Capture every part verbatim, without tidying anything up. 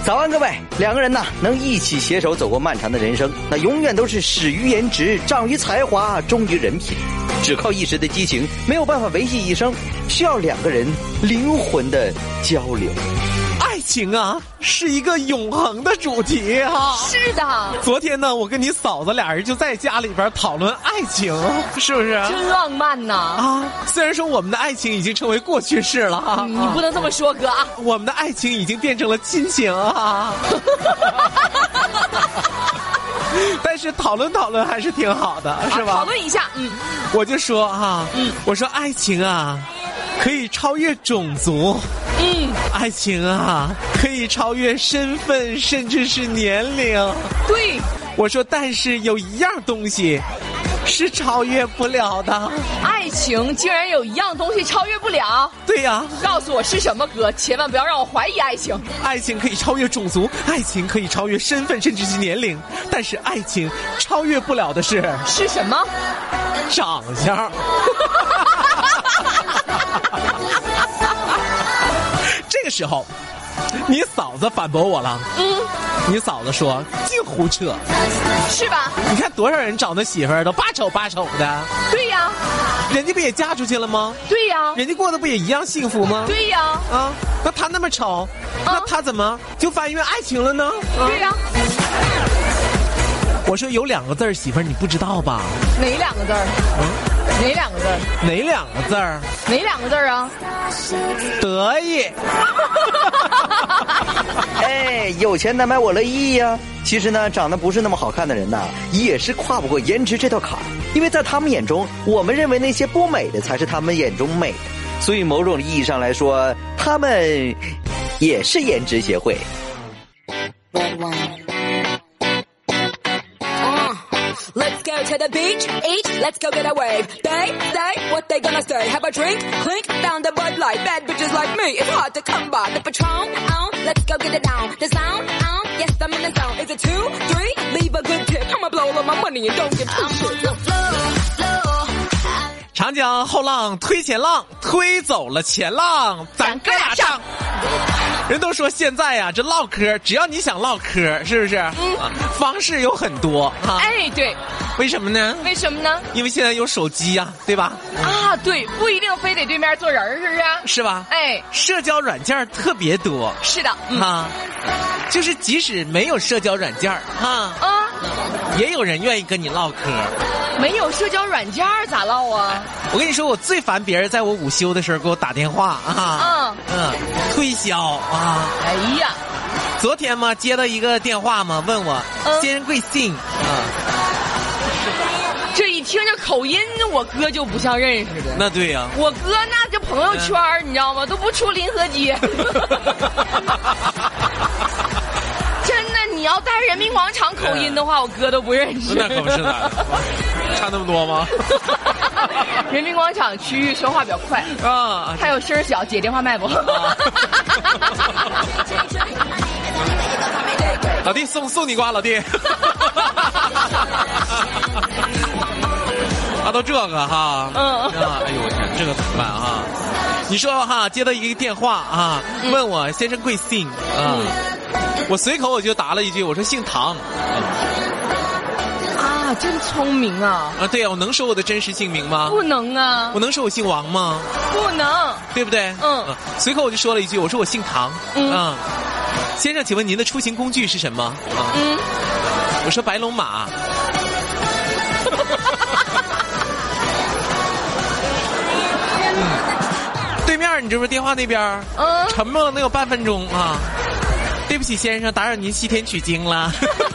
早安，各位！两个人呢，能一起携手走过漫长的人生，那永远都是始于颜值，长于才华，忠于人品。只靠一时的激情，没有办法维系一生，需要两个人灵魂的交流。 爱情啊，是一个永恒的主题啊！ 是的。 昨天呢，我跟你嫂子俩人就在家里边讨论爱情，是不是？ 真浪漫呐！ 啊，虽然说我们的爱情已经成为过去式了啊， 你不能这么说，哥啊！ 我们的爱情已经变成了亲情啊。但是讨论讨论还是挺好的，是吧？ 啊、讨论一下，嗯， 我就说啊，嗯，我说爱情啊，可以超越种族，嗯，爱情啊，可以超越身份，甚至是年龄。 对， 我说，但是有一样东西是超越不了的， 爱情竟然有一样东西超越不了。 对呀， 告诉我是什么，哥，千万不要让我怀疑爱情。 爱情可以超越种族，爱情可以超越身份，甚至是年龄，但是爱情超越不了的是是什么？ 长相。这个时候你嫂子反驳我了，嗯，你嫂子说净胡扯， 是吧？ 你看多少人找那媳妇儿都八丑八丑的。 对呀， 人家不也嫁出去了吗？ 对呀， 人家过得不也一样幸福吗？ 对呀， 啊，那他那么丑，那他怎么就翻越爱情了呢？ 啊、对呀。 我说有两个字儿，媳妇儿你不知道吧？ 哪两个字儿？嗯。哪两个字儿？ 哪两个字儿？ 哪两个字儿啊？ 得意。 哎，有钱难买我乐意呀、啊。其实呢，长得不是那么好看的人呐、啊，也是跨不过颜值这道坎儿。因为在他们眼中，我们认为那些不美的才是他们眼中美的。所以某种意义上来说，他们也是颜值协会。 Let's go to the beach, eat, let's go get a wave. They say what they gonna say. Have a drink, clink, found a Bud Light. Bad bitches like me, it's hard to come by. The Patron, on, let's go get it down. The sound, on, yes, I'm in the zone. Is it two, three? Leave a good tip. I'ma blow all my money and don't give two shits. 长江后浪推前浪，推走了前浪，咱哥俩上。人都说现在呀、啊，这唠嗑，只要你想唠嗑，是不是？嗯，方式有很多啊。 哎，对， 为什么呢？ 为什么呢？ 因为现在有手机呀、啊，对吧？ 啊，对，不一定非得对面坐人，是不是？ 是吧？ 哎， 社交软件特别多。 是的，嗯、 啊，就是即使没有社交软件哈啊，也有人愿意跟你唠嗑。 没有社交软件咋唠啊？ 我跟你说，我最烦别人在我午休的时候给我打电话啊，嗯嗯，推销啊。 哎呀， 昨天嘛接到一个电话嘛，问我、嗯、先生贵姓啊。 这一听这口音，我哥就不像认识的。 那对呀、啊， 我哥那这朋友圈、嗯、你知道吗？都不出临河街。真的，你要带人民广场口音的话，我哥都不认识。 那可不是的，差那么多吗？ 人民广场区域说话比较快啊，还有声小，接电话卖不？啊、 老弟送送你瓜，老弟。啊，都这个哈，嗯啊，哎呦我天，这个怎么办啊？你说哈，接到一个电话啊，嗯、问我先生贵姓啊？嗯、我随口我就答了一句，我说姓唐。 啊，真聪明啊！ 啊，对呀、啊，我能说我的真实姓名吗？ 不能啊。 我能说我姓王吗？ 不能， 对不对？嗯。啊、随口我就说了一句，我说我姓唐。嗯。啊，先生，请问您的出行工具是什么？啊、嗯。我说白龙马。对面，你知不知道电话那边？嗯，沉默了能有半分钟啊！对不起，先生，打扰您西天取经了。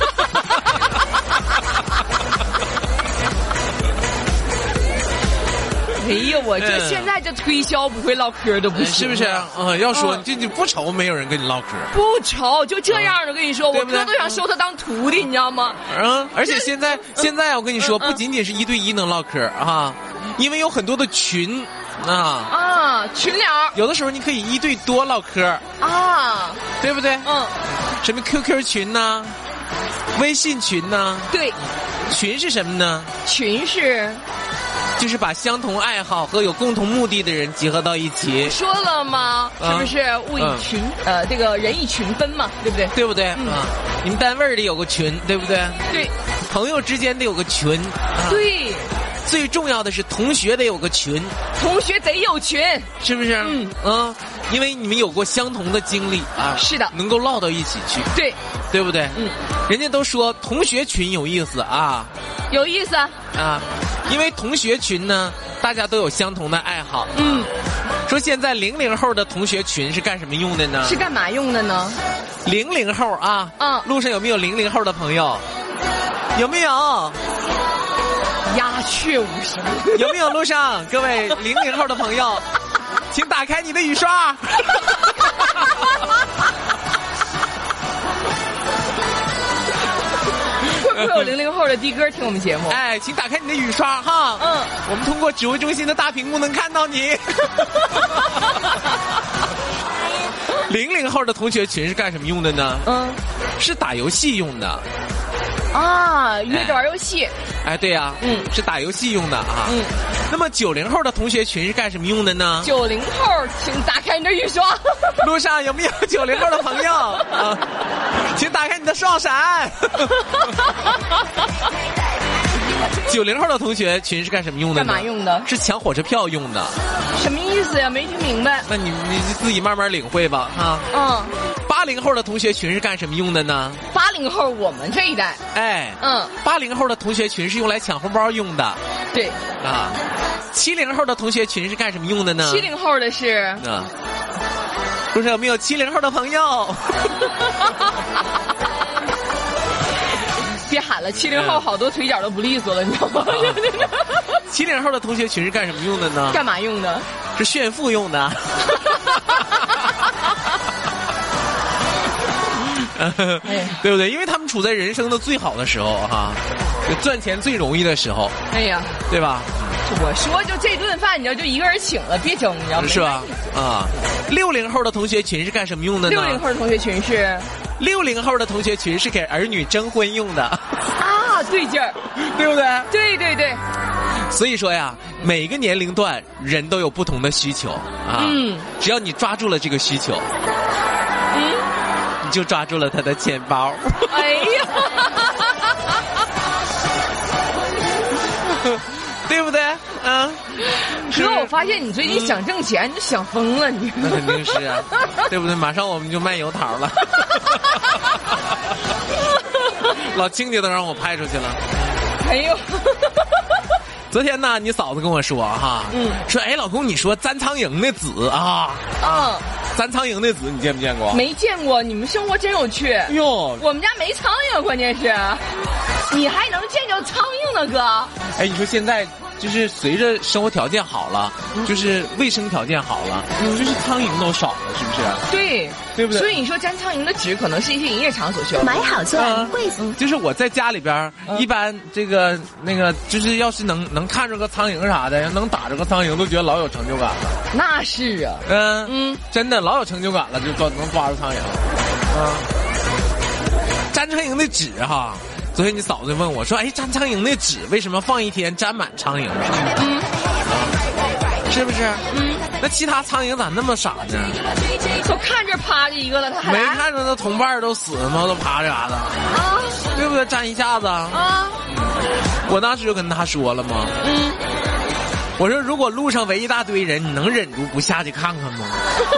哎呀，我这现在这推销不会唠嗑都不行， 是不是？啊、嗯，要说这你不愁没有人跟你唠嗑， 不愁，就这样的。我跟你说，我哥都想收他当徒弟，你知道吗？ 嗯，而且现在现在我跟你说，不仅仅是一对一能唠嗑啊，因为有很多的群。啊啊，群聊， 有的时候你可以一对多唠嗑啊， 对不对？ 嗯， 什么 Q Q 群呐、啊，微信群呐、啊， 对， 群是什么呢？ 群是就是把相同爱好和有共同目的的人结合到一起。 说了吗？是不是物以群、嗯、呃，这个人以群分嘛，对不对？ 对不对？嗯，啊、你们单位里有个群，对不对？ 对， 朋友之间得有个群。 啊、对。 最重要的是同学得有个群， 同学得有群， 是不是？ 嗯啊，因为你们有过相同的经历啊， 是的， 能够唠到一起去， 对， 对不对？ 嗯， 人家都说同学群有意思啊， 有意思啊， 啊，因为同学群呢，大家都有相同的爱好， 嗯， 说现在零零后的同学群是干什么用的呢？ 是干嘛用的呢？ 零零后啊， 嗯， 路上有没有零零后的朋友？有没有？ 鸦雀无声。 有没有路上各位零零后的朋友，请打开你的雨刷。 会不会有零零后的的哥听我们节目？ 哎，请打开你的雨刷哈。 嗯， 我们通过指挥中心的大屏幕能看到你。零零后的同学群是干什么用的呢？嗯，是打游戏用的。 啊，约着玩游戏。 哎，哎对呀、啊，嗯，是打游戏用的啊。嗯，那么九零后的同学群是干什么用的呢？ 九零后，请打开你的雨刷。 路上有没有九零后的朋友啊？请打开你的双闪。九零后的同学群是干什么用的呢？ 干嘛用的？ 是抢火车票用的。 什么意思呀？没听明白。 那你你自己慢慢领会吧，哈。嗯。八零后的同学群是干什么用的呢？ 八零后，我们这一代。 哎。嗯。八零后的同学群是用来抢红包用的。 对。 啊。七零后的同学群是干什么用的呢？ 七零后的是。 啊。路上有没有七零后的朋友？ 别喊了，七零后好多腿脚都不利索了，你知道吗？ 七零后的同学群是干什么用的呢？ 干嘛用的？ 是炫富用的。对不对？因为他们处在人生的最好的时候哈，赚钱最容易的时候。 哎呀， 对吧？ 我说就这顿饭，你知道就一个人请了，别争，你知道吗？ 是吧？啊，六零后的同学群是干什么用的呢？ 六零后的同学群是。 六零后的同学群是给儿女征婚用的啊，对劲儿， 对不对？ 对对对。 所以说呀，每个年龄段人都有不同的需求啊。嗯，只要你抓住了这个需求，嗯，你就抓住了他的钱包。哎呀，对不对？啊， 哥，我发现你最近想挣钱，你就想疯了，你。 那肯定是啊，对不对？马上我们就卖油桃了。老亲家都让我派出去了。 哎呦！ 昨天呢，你嫂子跟我说哈，嗯，说哎，老公，你说砧苍蝇那籽啊，嗯，砧苍蝇那籽你见没见过？ 没见过，你们生活真有趣。哟，我们家没苍蝇，关键是，你还能见着苍蝇呢，哥？ 哎，你说现在。就是随着生活条件好了，嗯、就是卫生条件好了，嗯、就是苍蝇都少了，是不是？ 对， 对不对？ 所以你说粘苍蝇的纸可能是一些营业场所需要。 买好钻贵、 嗯。就是我在家里边，嗯、一般这个那个，就是要是能能看着个苍蝇啥的，能打着个苍蝇，都觉得老有成就感了。 那是啊， 嗯嗯，真的老有成就感了，就抓能抓住苍蝇。嗯，粘苍蝇的纸哈。昨天你嫂子问我说：“哎，粘苍蝇那纸为什么放一天粘满苍蝇？嗯，是不是？嗯，那其他苍蝇咋那么傻呢？ 都看着趴着一个了，他还没看着那同伴都死了吗？都趴着啥的啊？对不对？粘一下子啊！我当时就跟他说了嘛，嗯，我说如果路上围一大堆人，你能忍住不下去看看吗？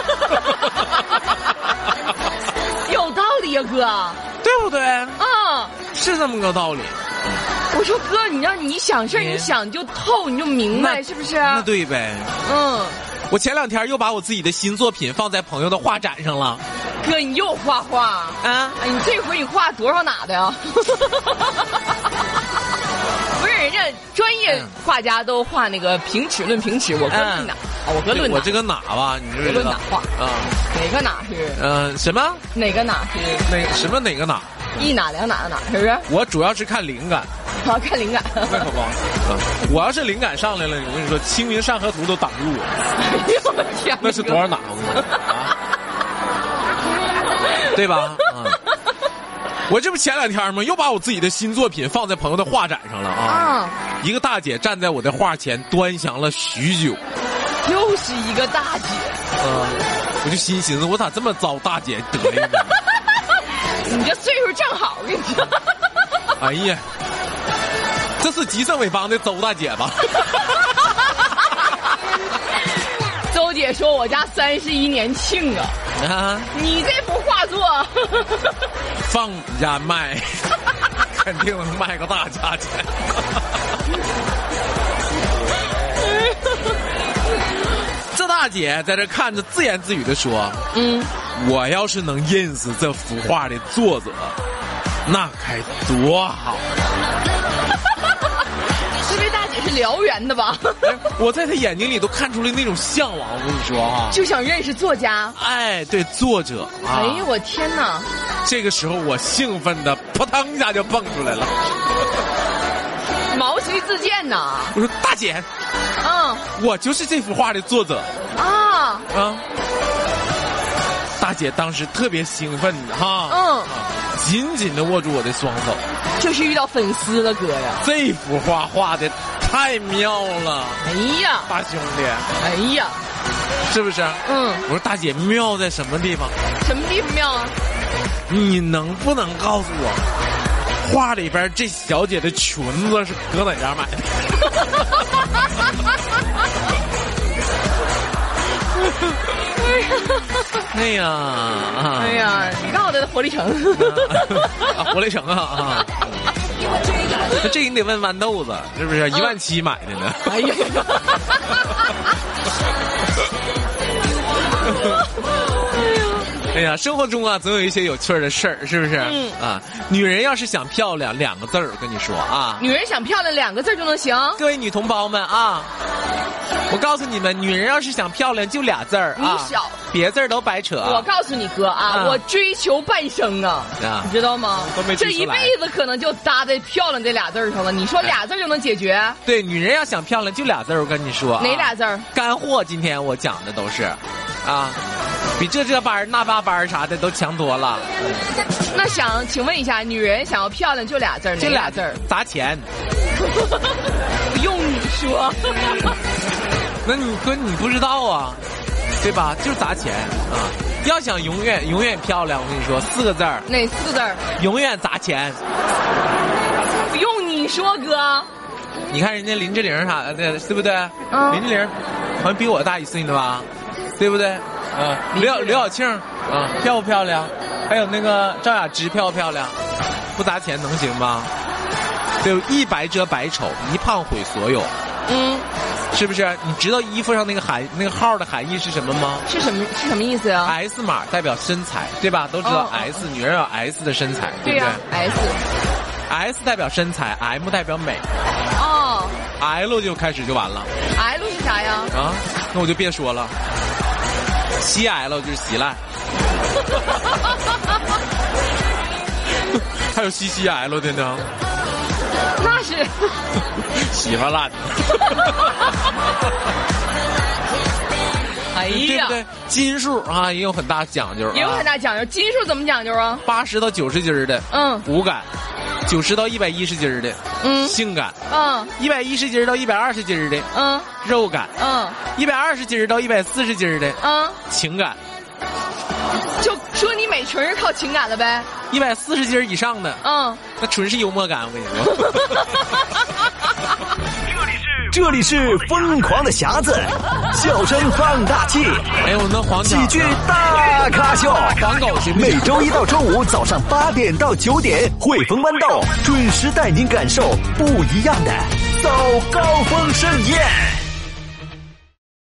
有道理呀、啊，哥， 对不对？啊。”是这么个道理。 我说哥，你让你想事儿，你想就透，你就明白，是不是？ 那对呗。嗯，我前两天又把我自己的新作品放在朋友的画展上了。 哥，你又画画啊？哎，你这回你画多少哪的呀？不是，人家专业画家都画那个平尺论平尺，我哥论哪？嗯、我哥论哪？ 我这个哪吧？你这论哪画啊？哪个哪是？ 嗯、呃，什么？ 哪个哪是？ 哪什么哪个哪？ 一哪两哪哪是不是？ 我主要是看灵感， 好看灵感。 那可不，我要是灵感上来了，我跟你说，《清明上河图》都挡住我。 哎呦我天！ 那是多少哪？我跟你说啊，对吧？啊，我这不前两天吗？又把我自己的新作品放在朋友的画展上了啊。啊一个大姐站在我的画前端详了许久。 又是一个大姐。 嗯，我就心寻思，我咋这么遭大姐得意呢？ 你这岁数正好，我跟你说。 哎呀，这是吉盛伟邦的周大姐吧？ 周姐说我家三十一年庆啊！ 啊， 你这幅画作放你家卖，肯定能卖个大价钱。这大姐在这看着自言自语的说：“嗯，我要是能认识这幅画的作者，那该多好。” 这位大姐是辽源的吧？ 我在她眼睛里都看出了那种向往。我跟你说啊， 就想认识作家。 哎，对，作者。啊、 哎呦我天哪！ 这个时候我兴奋的扑腾一下就蹦出来了， 毛遂自荐呐！ 我说大姐， 嗯， 我就是这幅画的作者啊啊！大姐当时特别兴奋的哈， 嗯， 紧紧的握住我的双手。 就是遇到粉丝了，哥呀！ 这幅画画的太妙了！ 哎呀， 大兄弟， 哎呀， 是不是？嗯，我说大姐妙在什么地方？ 什么地方妙啊？ 你能不能告诉我，画里边这小姐的裙子是搁哪家买的？哎呀， 哎呀，你告诉他活力城， 啊，活力城啊啊！那这你得问豌豆子，是不是一万七买的呢？哎呀！哎呀，生活中啊，总有一些有趣的事儿，是不是？嗯啊，女人要是想漂亮，两个字儿，跟你说啊， 女人想漂亮，两个字就能行。 各位女同胞们啊，我告诉你们，女人要是想漂亮，就俩字儿啊， 你少， 别字儿都白扯。 我告诉你哥啊，啊我追求半生啊，啊你知道吗？ 都没这一辈子可能就搭在漂亮这俩字儿上了。你说俩字就能解决？哎、 对，女人要想漂亮，就俩字儿，我跟你说。 哪俩字儿？ 干货。今天我讲的都是，啊。比这这班那八班啥的都强多了。 那想请问一下，女人想要漂亮就俩字儿， 就俩字儿，砸钱。 不用你说。 那你哥你不知道啊，对吧？就是砸钱啊！要想永远永远漂亮，我跟你说四个字儿。 哪四个字儿？ 永远砸钱。 不用你说哥。 你看人家林志玲啥的，对不对？ 嗯、 林志玲好像比我大一岁呢吧？对不对？啊，刘刘晓庆啊，漂不漂亮？还有那个赵雅芝漂不漂亮？不砸钱能行吗？对，一白遮百丑，一胖毁所有。嗯，是不是？你知道衣服上那个含那个号的含义是什么吗？ 是什么是什么意思啊 ？S 码代表身材，对吧？都知道 S，、哦、女人有 S 的身材，对不对？ 对呀 S。S 代表身材 ，M 代表美。 哦。 L 就开始就完了。 L 是啥呀？ 啊，那我就别说了。C L 就是稀烂，还有 C C L 的呢， 那是稀巴烂。 哎呀， 对不对？斤数啊也有很大讲究， 也有很大讲究。斤数怎么讲究啊？ 八十到九十斤的，嗯，骨感；九十到一百一十斤的，嗯，性感；嗯，一百一十斤到一百二十斤的，嗯，肉感；嗯，一百二十斤到一百四十斤的，嗯，情感。 就说你美纯是靠情感的呗。 一百四十斤以上的，嗯，那纯是幽默感。我跟你说。 这里是疯狂的匣子，笑声放大器。 哎呦，那黄喜剧大咖秀， 黄狗行不行？每周一到周五早上八点到九点，汇丰豌豆准时带您感受不一样的早高峰盛宴。